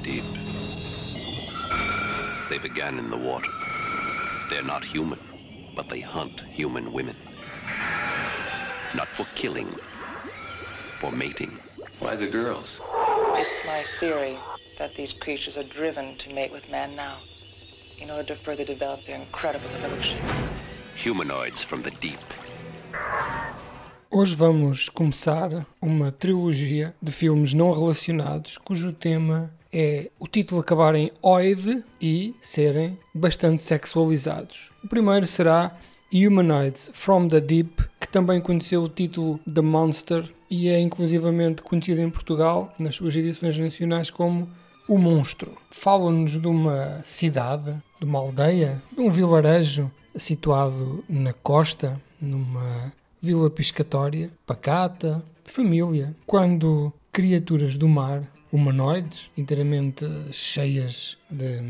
deep. They began in the water. They're not human, but they hunt human women. Not for killing, for mating. Why the girls? It's my theory that these creatures are driven to mate with man now, in order to further develop their incredible evolution. Humanoids from the deep. Hoje vamos começar uma trilogia de filmes não relacionados, cujo tema é o título acabar em oide e serem bastante sexualizados. O primeiro será Humanoids from the Deep, que também conheceu o título The Monster e é inclusivamente conhecido em Portugal, nas suas edições nacionais, como O Monstro. Fala-nos de uma cidade, de uma aldeia, de um vilarejo situado na costa, numa vila piscatória, pacata, de família, quando criaturas do mar, humanoides, inteiramente cheias de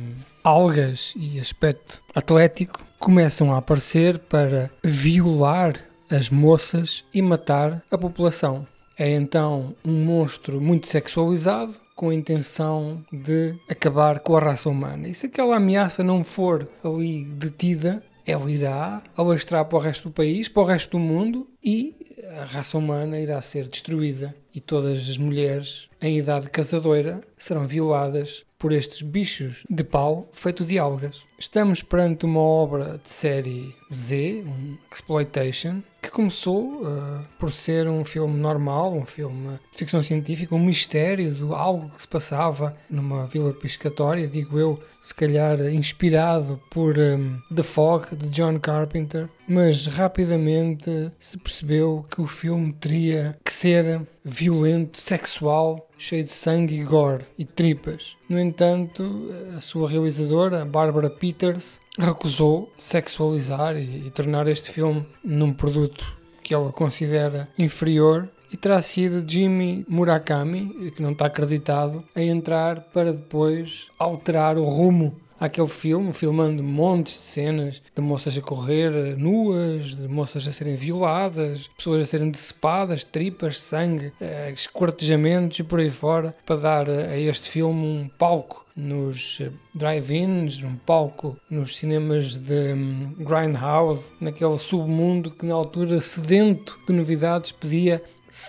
algas e aspecto atlético, começam a aparecer para violar as moças e matar a população. É então um monstro muito sexualizado, com a intenção de acabar com a raça humana. E se aquela ameaça não for ali detida, ela irá alastrar para o resto do país, para o resto do mundo, e a raça humana irá ser destruída. E todas as mulheres em idade casadoira serão violadas por estes bichos de pau feito de algas. Estamos perante uma obra de série Z, um exploitation, que começou por ser um filme normal, um filme de ficção científica, um mistério de algo que se passava numa vila piscatória, digo eu, se calhar inspirado por The Fog, de John Carpenter, mas rapidamente se percebeu que o filme teria que ser violento, sexual, cheio de sangue e gore e tripas. No entanto, a sua realizadora, Barbara Peters, recusou sexualizar e tornar este filme num produto que ela considera inferior, e terá sido Jimmy Murakami, que não está acreditado, a entrar para depois alterar o rumo àquele filme, filmando montes de cenas de moças a correr nuas, de moças a serem violadas, pessoas a serem decepadas, tripas, sangue, esquartejamentos e por aí fora, para dar a este filme um palco nos drive-ins, um palco nos cinemas de Grindhouse, naquele submundo que na altura, sedento de novidades, pedia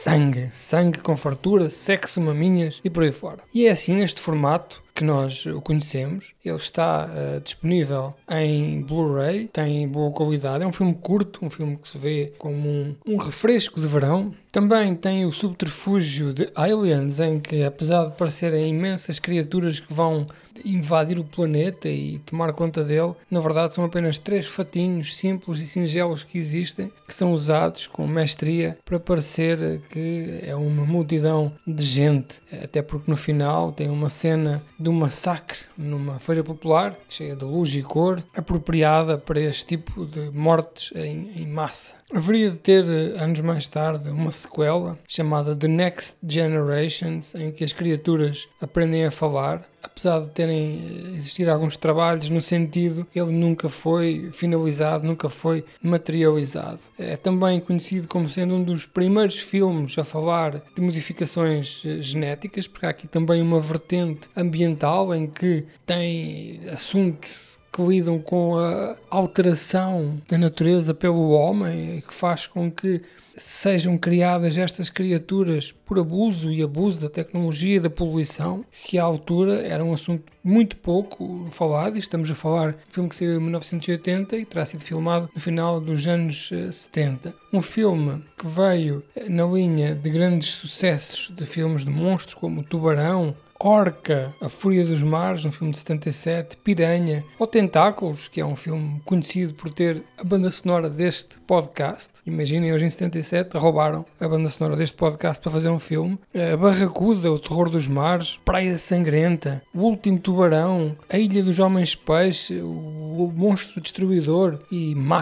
sangue com fartura, sexo, maminhas e por aí fora. E é assim, neste formato que nós o conhecemos. Ele está disponível em Blu-ray, tem boa qualidade, é um filme curto, um filme que se vê como um refresco de verão. Também tem o subterfúgio de Aliens, em que, apesar de parecerem imensas criaturas que vão invadir o planeta e tomar conta dele, na verdade são apenas 3 fatinhos simples e singelos que existem, que são usados com mestria para parecer que é uma multidão de gente. Até porque no final tem uma cena de um massacre numa feira popular, cheia de luz e cor, apropriada para este tipo de mortes em massa. Haveria de ter, anos mais tarde, uma sequela chamada The Next Generations, em que as criaturas aprendem a falar. Apesar de terem existido alguns trabalhos no sentido, ele nunca foi finalizado, nunca foi materializado. É também conhecido como sendo um dos primeiros filmes a falar de modificações genéticas, porque há aqui também uma vertente ambiental em que tem assuntos que lidam com a alteração da natureza pelo homem e que faz com que sejam criadas estas criaturas por abuso e abuso da tecnologia e da poluição, que à altura era um assunto muito pouco falado. E estamos a falar de um filme que saiu em 1980 e terá sido filmado no final dos anos 70. Um filme que veio na linha de grandes sucessos de filmes de monstros como Tubarão, Orca, A Fúria dos Mares, um filme de 77, Piranha, ou Tentáculos, que é um filme conhecido por ter a banda sonora deste podcast. Imaginem, hoje em 77 roubaram a banda sonora deste podcast para fazer um filme. A Barracuda, O Terror dos Mares, Praia Sangrenta, O Último Tubarão, A Ilha dos Homens Peixe, O Monstro Destruidor e Mako,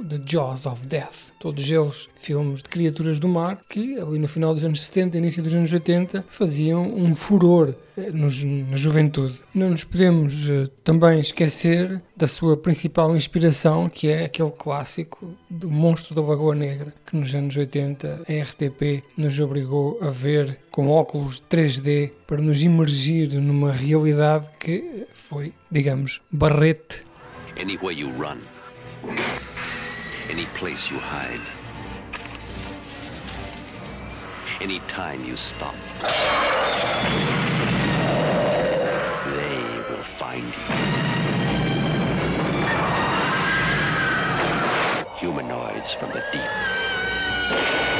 The Jaws of Death. Todos eles filmes de criaturas do mar que, ali no final dos anos 70 e início dos anos 80, faziam um furor na juventude. Não nos podemos também esquecer da sua principal inspiração, que é aquele clássico do Monstro da Lagoa Negra, que nos anos 80 a RTP nos obrigou a ver com óculos 3D para nos imergir numa realidade que foi, digamos, barrete. Anywhere you run, any place you hide, any time you stop, they will find you. Humanoids from the deep.